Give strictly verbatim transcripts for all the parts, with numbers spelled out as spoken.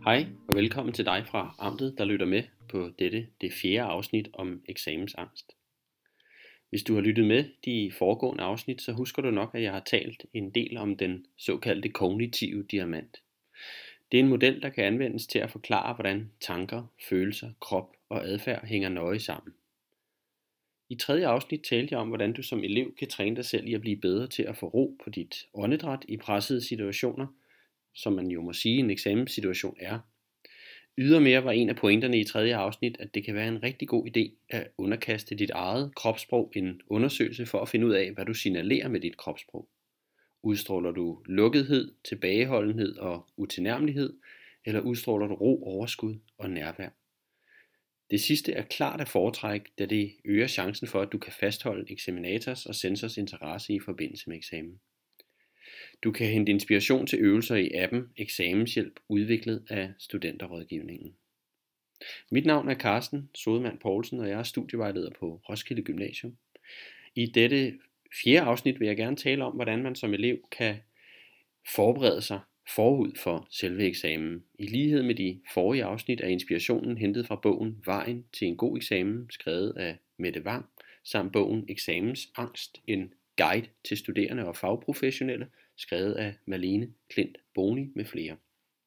Hej og velkommen til dig fra Amtet, der lytter med på dette, det fjerde afsnit om eksamensangst. Hvis du har lyttet med de foregående afsnit, så husker du nok, at jeg har talt en del om den såkaldte kognitive diamant. Det er en model, der kan anvendes til at forklare, hvordan tanker, følelser, krop og adfærd hænger nøje sammen. I tredje afsnit talte jeg om, hvordan du som elev kan træne dig selv i at blive bedre til at få ro på dit åndedræt i pressede situationer, som man jo må sige, en eksamenssituation er. Ydermere var en af pointerne i tredje afsnit, at det kan være en rigtig god idé at underkaste dit eget kropssprog en undersøgelse for at finde ud af, hvad du signalerer med dit kropssprog. Udstråler du lukkethed, tilbageholdenhed og utilnærmelighed, eller udstråler du ro, overskud og nærvær? Det sidste er klart at foretrække, da det øger chancen for, at du kan fastholde eksaminators og censors interesse i forbindelse med eksamen. Du kan hente inspiration til øvelser i appen Eksamenshjælp, udviklet af Studenterrådgivningen. Mit navn er Carsten Sodemann Poulsen, og jeg er studievejleder på Roskilde Gymnasium. I dette fjerde afsnit vil jeg gerne tale om, hvordan man som elev kan forberede sig forud for selve eksamen. I lighed med de forrige afsnit er inspirationen hentet fra bogen Vejen til en god eksamen, skrevet af Mette Vang, samt bogen Eksamensangst, en guide til studerende og fagprofessionelle, skrevet af Malene Klint Boni med flere.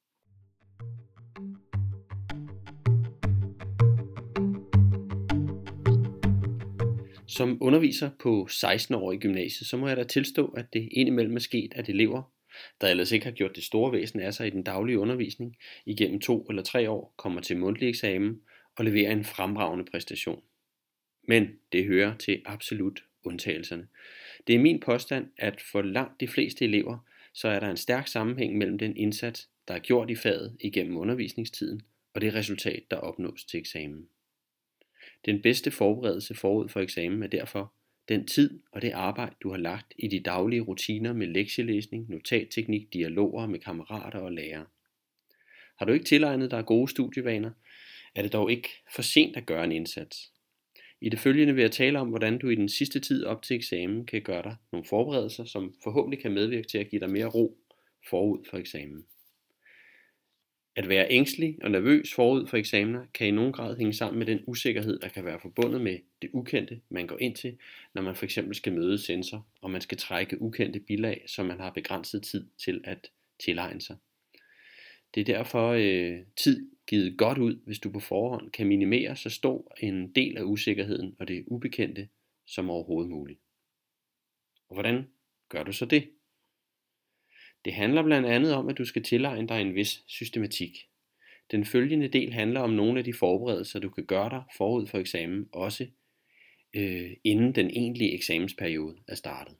Som underviser på seksten år i gymnasiet, så må jeg da tilstå, at det indimellem er sket, at elever, der ellers ikke har gjort det store væsen af sig i den daglige undervisning, igennem to eller tre år kommer til mundtlig eksamen og leverer en fremragende præstation. Men det hører til absolut undtagelserne. Det er min påstand, at for langt de fleste elever, så er der en stærk sammenhæng mellem den indsats, der er gjort i faget igennem undervisningstiden, og det resultat, der opnås til eksamen. Den bedste forberedelse forud for eksamen er derfor den tid og det arbejde, du har lagt i de daglige rutiner med lektielæsning, notatteknik, dialoger med kammerater og lærere. Har du ikke tilegnet dig gode studievaner, er det dog ikke for sent at gøre en indsats. I det følgende vil jeg tale om, hvordan du i den sidste tid op til eksamen kan gøre dig nogle forberedelser, som forhåbentlig kan medvirke til at give dig mere ro forud for eksamen. At være ængstelig og nervøs forud for eksamener kan i nogen grad hænge sammen med den usikkerhed, der kan være forbundet med det ukendte, man går ind til, når man fx skal møde censor, og man skal trække ukendte bilag, som man har begrænset tid til at tilegne sig. Det er derfor øh, tid givet godt ud, hvis du på forhånd kan minimere så stor en del af usikkerheden og det ubekendte som overhovedet muligt. Og hvordan gør du så det? Det handler blandt andet om, at du skal tilegne dig en vis systematik. Den følgende del handler om nogle af de forberedelser, du kan gøre dig forud for eksamen, også øh, inden den egentlige eksamensperiode er startet.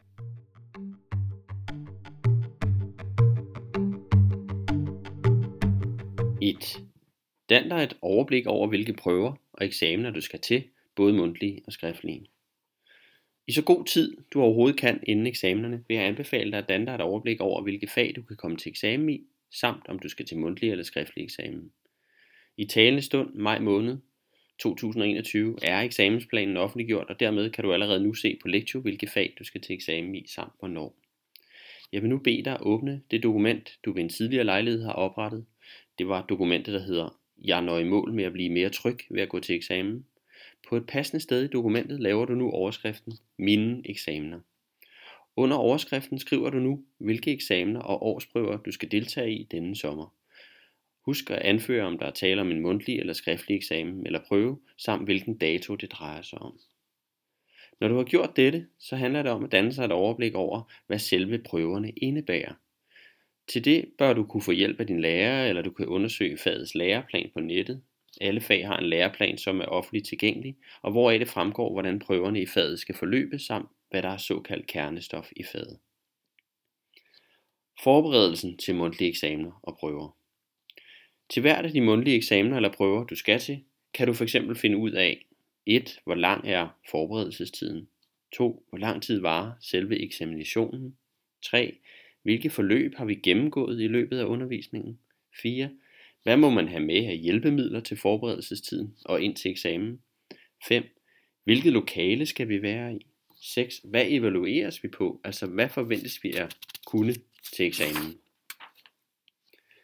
et. Dan dig et overblik over, hvilke prøver og eksamener du skal til, både mundtlige og skriftlige. I så god tid du overhovedet kan inden eksamenerne, vil jeg anbefale dig at danne dig et overblik over, hvilke fag du kan komme til eksamen i, samt om du skal til mundtlig eller skriftlig eksamen. I talende stund, maj måned to tusind og enogtyve, er eksamensplanen offentliggjort, og dermed kan du allerede nu se på Lektio, hvilke fag du skal til eksamen i, samt hvornår. Jeg vil nu bede dig at åbne det dokument, du ved en tidligere lejlighed har oprettet. Det var dokumentet, der hedder Jeg når i mål med at blive mere tryg ved at gå til eksamen. På et passende sted i dokumentet laver du nu overskriften Mine eksamener. Under overskriften skriver du nu, hvilke eksamener og årsprøver du skal deltage i denne sommer. Husk at anføre, om der er tale om en mundtlig eller skriftlig eksamen eller prøve, samt hvilken dato det drejer sig om. Når du har gjort dette, så handler det om at danne sig et overblik over, hvad selve prøverne indebærer. Til det bør du kunne få hjælp af din lærer, eller du kan undersøge fagets læreplan på nettet. Alle fag har en læreplan, som er offentligt tilgængelig, og hvoraf det fremgår, hvordan prøverne i faget skal forløbe, samt hvad der er såkaldt kernestof i faget. Forberedelsen til mundtlige eksamener og prøver. Til hvert af de mundtlige eksamener eller prøver, du skal til, kan du fx finde ud af et. Hvor lang er forberedelsestiden? to. Hvor lang tid varer selve eksaminationen? tre. Hvilke forløb har vi gennemgået i løbet af undervisningen? fire. Hvad må man have med af hjælpemidler til forberedelsestiden og ind til eksamen? fem. Hvilket lokale skal vi være i? seks. Hvad evalueres vi på? Altså hvad forventes vi at kunne til eksamen?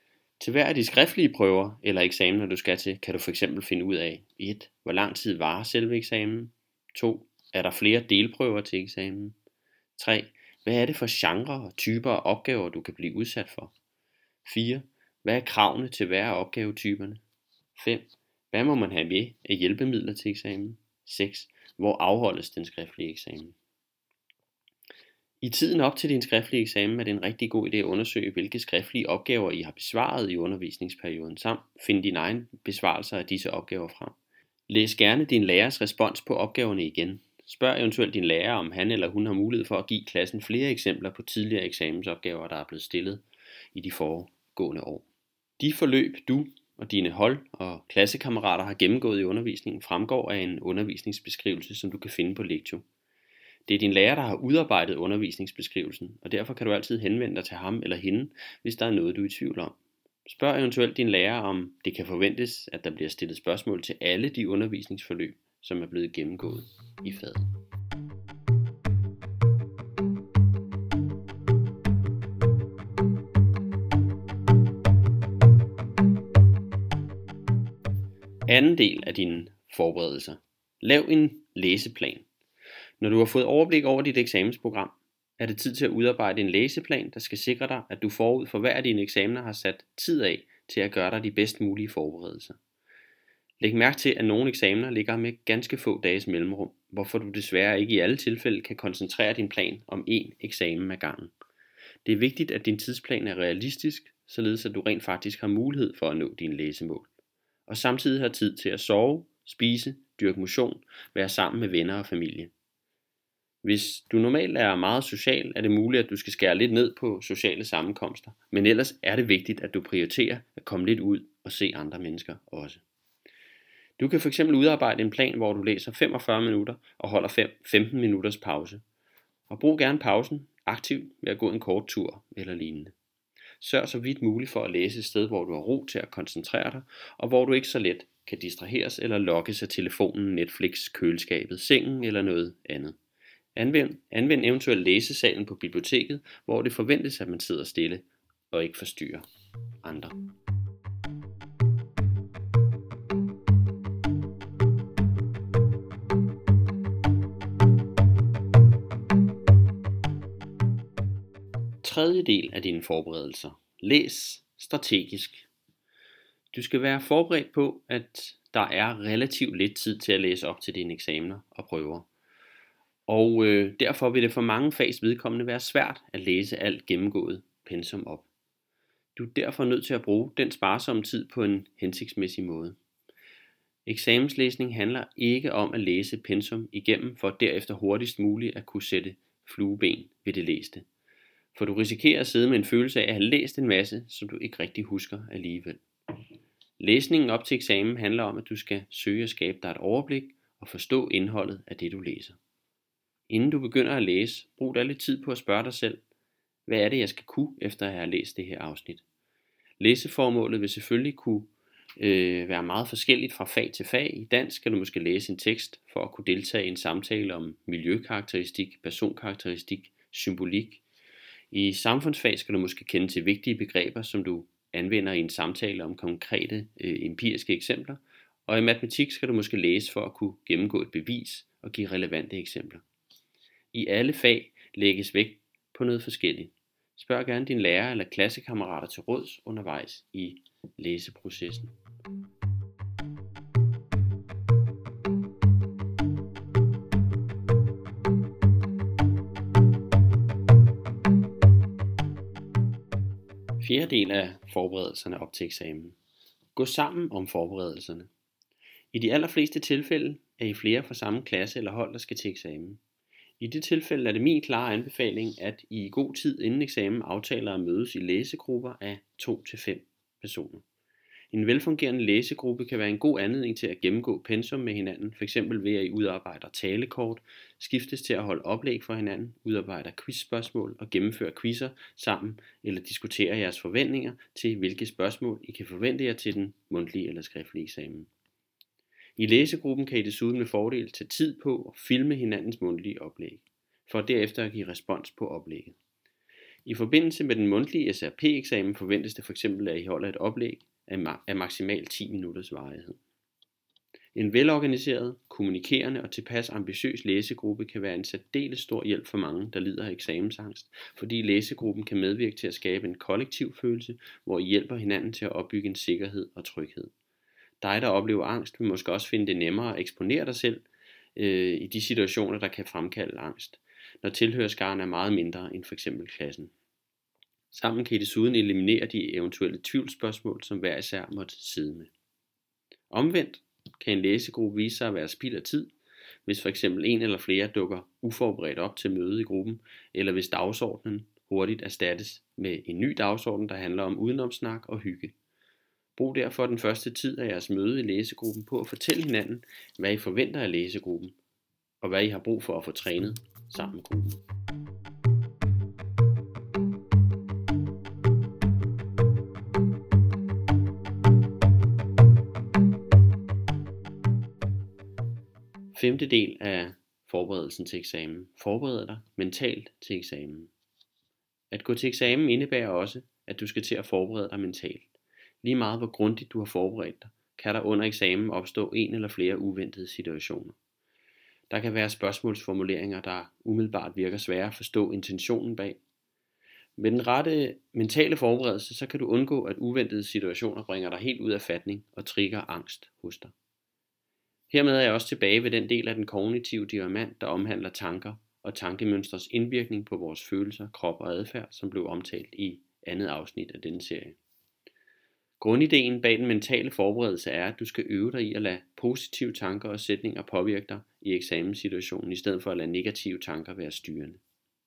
Til hver af de skriftlige prøver eller eksamener, du skal til, kan du fx finde ud af et. Hvor lang tid varer selve eksamen? to. Er der flere delprøver til eksamen? tre. Hvad er det for genrer og typer af opgaver, du kan blive udsat for? fire. Hvad er kravene til hver af opgavetyperne? fem. Hvad må man have med af hjælpemidler til eksamen? seks. Hvor afholdes den skriftlige eksamen? I tiden op til din skriftlige eksamen er det en rigtig god idé at undersøge, hvilke skriftlige opgaver I har besvaret i undervisningsperioden, samt finde dine egne besvarelser af disse opgaver frem. Læs gerne din lærers respons på opgaverne igen. Spørg eventuelt din lærer, om han eller hun har mulighed for at give klassen flere eksempler på tidligere eksamensopgaver, der er blevet stillet i de foregående år. De forløb, du og dine hold- og klassekammerater har gennemgået i undervisningen, fremgår af en undervisningsbeskrivelse, som du kan finde på Lektio. Det er din lærer, der har udarbejdet undervisningsbeskrivelsen, og derfor kan du altid henvende dig til ham eller hende, hvis der er noget, du er i tvivl om. Spørg eventuelt din lærer, om det kan forventes, at der bliver stillet spørgsmål til alle de undervisningsforløb, som er blevet gennemgået i faget. Anden del af dine forberedelser. Lav en læseplan. Når du har fået overblik over dit eksamensprogram, er det tid til at udarbejde en læseplan, der skal sikre dig, at du forud for hver af dine eksamener har sat tid af til at gøre dig de bedst mulige forberedelser. Læg mærke til, at nogle eksamener ligger med ganske få dages mellemrum, hvorfor du desværre ikke i alle tilfælde kan koncentrere din plan om én eksamen ad gangen. Det er vigtigt, at din tidsplan er realistisk, således at du rent faktisk har mulighed for at nå dine læsemål, og samtidig har tid til at sove, spise, dyrke motion, være sammen med venner og familie. Hvis du normalt er meget social, er det muligt, at du skal skære lidt ned på sociale sammenkomster, men ellers er det vigtigt, at du prioriterer at komme lidt ud og se andre mennesker også. Du kan fx udarbejde en plan, hvor du læser femogfyrre minutter og holder femten minutters pause. Og brug gerne pausen aktivt ved at gå en kort tur eller lignende. Sørg så vidt muligt for at læse et sted, hvor du har ro til at koncentrere dig, og hvor du ikke så let kan distraheres eller lokkes af telefonen, Netflix, køleskabet, sengen eller noget andet. Anvend, anvend eventuelt læsesalen på biblioteket, hvor det forventes, at man sidder stille og ikke forstyrrer andre. Tredje del af dine forberedelser. Læs strategisk. Du skal være forberedt på, at der er relativt lidt tid til at læse op til dine eksamener og prøver. Og øh, derfor vil det for mange fags vedkommende være svært at læse alt gennemgået pensum op. Du er derfor nødt til at bruge den sparsomme tid på en hensigtsmæssig måde. Eksamenslæsning handler ikke om at læse pensum igennem for derefter hurtigst muligt at kunne sætte flueben ved det læste. For du risikerer at sidde med en følelse af at have læst en masse, som du ikke rigtig husker alligevel. Læsningen op til eksamen handler om, at du skal søge at skabe dig et overblik og forstå indholdet af det, du læser. Inden du begynder at læse, brug da lidt tid på at spørge dig selv, hvad er det, jeg skal kunne, efter at have læst det her afsnit. Læseformålet vil selvfølgelig kunne øh, være meget forskelligt fra fag til fag. I dansk skal du måske læse en tekst for at kunne deltage i en samtale om miljøkarakteristik, personkarakteristik, symbolik. I samfundsfag skal du måske kende til vigtige begreber, som du anvender i en samtale om konkrete øh, empiriske eksempler. Og i matematik skal du måske læse for at kunne gennemgå et bevis og give relevante eksempler. I alle fag lægges vægt på noget forskelligt. Spørg gerne din lærer eller klassekammerater til råds undervejs i læseprocessen. Fjerde del af forberedelserne op til eksamen. Gå sammen om forberedelserne. I de allerfleste tilfælde er I flere fra samme klasse eller hold, der skal til eksamen. I det tilfælde er det min klare anbefaling, at I i god tid inden eksamen aftaler at mødes i læsegrupper af to til fem personer. En velfungerende læsegruppe kan være en god anledning til at gennemgå pensum med hinanden, f.eks. ved at I udarbejder talekort, skiftes til at holde oplæg for hinanden, udarbejder quizspørgsmål og gennemfører quizzer sammen, eller diskuterer jeres forventninger til, hvilke spørgsmål I kan forvente jer til den mundtlige eller skriftlige eksamen. I læsegruppen kan I desuden med fordel tage tid på at filme hinandens mundtlige oplæg, for derefter at give respons på oplægget. I forbindelse med den mundtlige S R P-eksamen forventes det f.eks. at I holder et oplæg af maksimalt ti minutters varighed. En velorganiseret, kommunikerende og tilpas ambitiøs læsegruppe kan være en særdeles stor hjælp for mange, der lider af eksamensangst, fordi læsegruppen kan medvirke til at skabe en kollektiv følelse, hvor I hjælper hinanden til at opbygge en sikkerhed og tryghed. Dig, der oplever angst, vil måske også finde det nemmere at eksponere dig selv øh, i de situationer, der kan fremkalde angst, når tilhørsskaren er meget mindre end f.eks. klassen. Sammen kan I desuden eliminere de eventuelle tvivlsspørgsmål, som hver især måtte sidde med. Omvendt kan en læsegruppe vise sig at være spild af tid, hvis f.eks. en eller flere dukker uforberedt op til møde i gruppen, eller hvis dagsordenen hurtigt erstattes med en ny dagsorden, der handler om udenomsnak og hygge. Brug derfor den første tid af jeres møde i læsegruppen på at fortælle hinanden, hvad I forventer af læsegruppen, og hvad I har brug for at få trænet sammen med gruppen. Femte del af forberedelsen til eksamen. Forbered dig mentalt til eksamen. At gå til eksamen indebærer også, at du skal til at forberede dig mentalt. Lige meget hvor grundigt du har forberedt dig, kan der under eksamen opstå en eller flere uventede situationer. Der kan være spørgsmålsformuleringer, der umiddelbart virker svære at forstå intentionen bag. Med den rette mentale forberedelse, så kan du undgå, at uventede situationer bringer dig helt ud af fatning og trigger angst hos dig. Hermed er jeg også tilbage ved den del af den kognitive diamant, der omhandler tanker og tankemønstres indvirkning på vores følelser, krop og adfærd, som blev omtalt i andet afsnit af denne serie. Grundideen bag den mentale forberedelse er, at du skal øve dig i at lade positive tanker og sætninger påvirke dig i eksamenssituationen, i stedet for at lade negative tanker være styrende.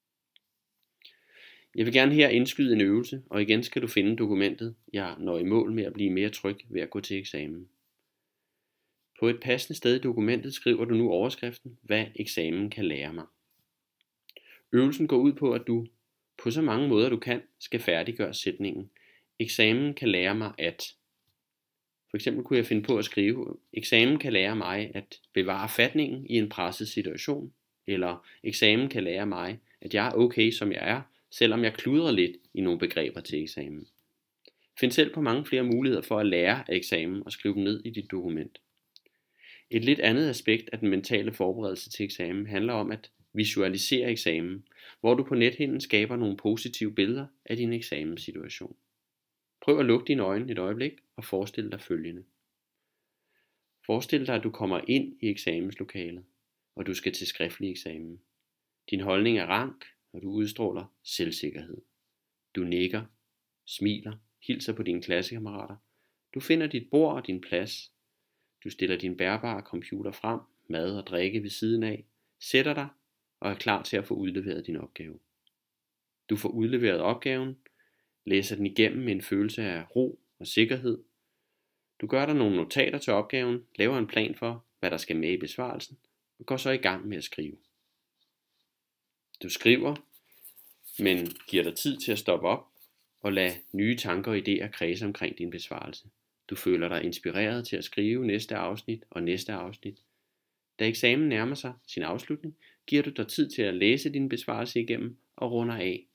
Jeg vil gerne her indskyde en øvelse, og igen skal du finde dokumentet, jeg når i mål med at blive mere tryg ved at gå til eksamen. På et passende sted i dokumentet skriver du nu overskriften, hvad eksamen kan lære mig. Øvelsen går ud på, at du på så mange måder du kan skal færdiggøre sætningen. Eksamen kan lære mig at. For eksempel kunne jeg finde på at skrive, eksamen kan lære mig at bevare fatningen i en presset situation. Eller eksamen kan lære mig, at jeg er okay som jeg er, selvom jeg kludrer lidt i nogle begreber til eksamen. Find selv på mange flere muligheder for at lære af eksamen og skrive dem ned i dit dokument. Et lidt andet aspekt af den mentale forberedelse til eksamen handler om at visualisere eksamen, hvor du på nethinden skaber nogle positive billeder af din eksamenssituation. Prøv at lukke dine øjne et øjeblik og forestil dig følgende. Forestil dig, at du kommer ind i eksamenslokalet, og du skal til skriftlig eksamen. Din holdning er rank, og du udstråler selvsikkerhed. Du nikker, smiler, hilser på dine klassekammerater. Du finder dit bord og din plads. Du stiller din bærbare computer frem, mad og drikke ved siden af, sætter dig og er klar til at få udleveret din opgave. Du får udleveret opgaven, læser den igennem med en følelse af ro og sikkerhed. Du gør dig nogle notater til opgaven, laver en plan for, hvad der skal med i besvarelsen, og går så i gang med at skrive. Du skriver, men giver dig tid til at stoppe op og lade nye tanker og idéer kredse omkring din besvarelse. Du føler dig inspireret til at skrive næste afsnit og næste afsnit. Da eksamen nærmer sig sin afslutning, giver du dig tid til at læse din besvarelse igennem og runder af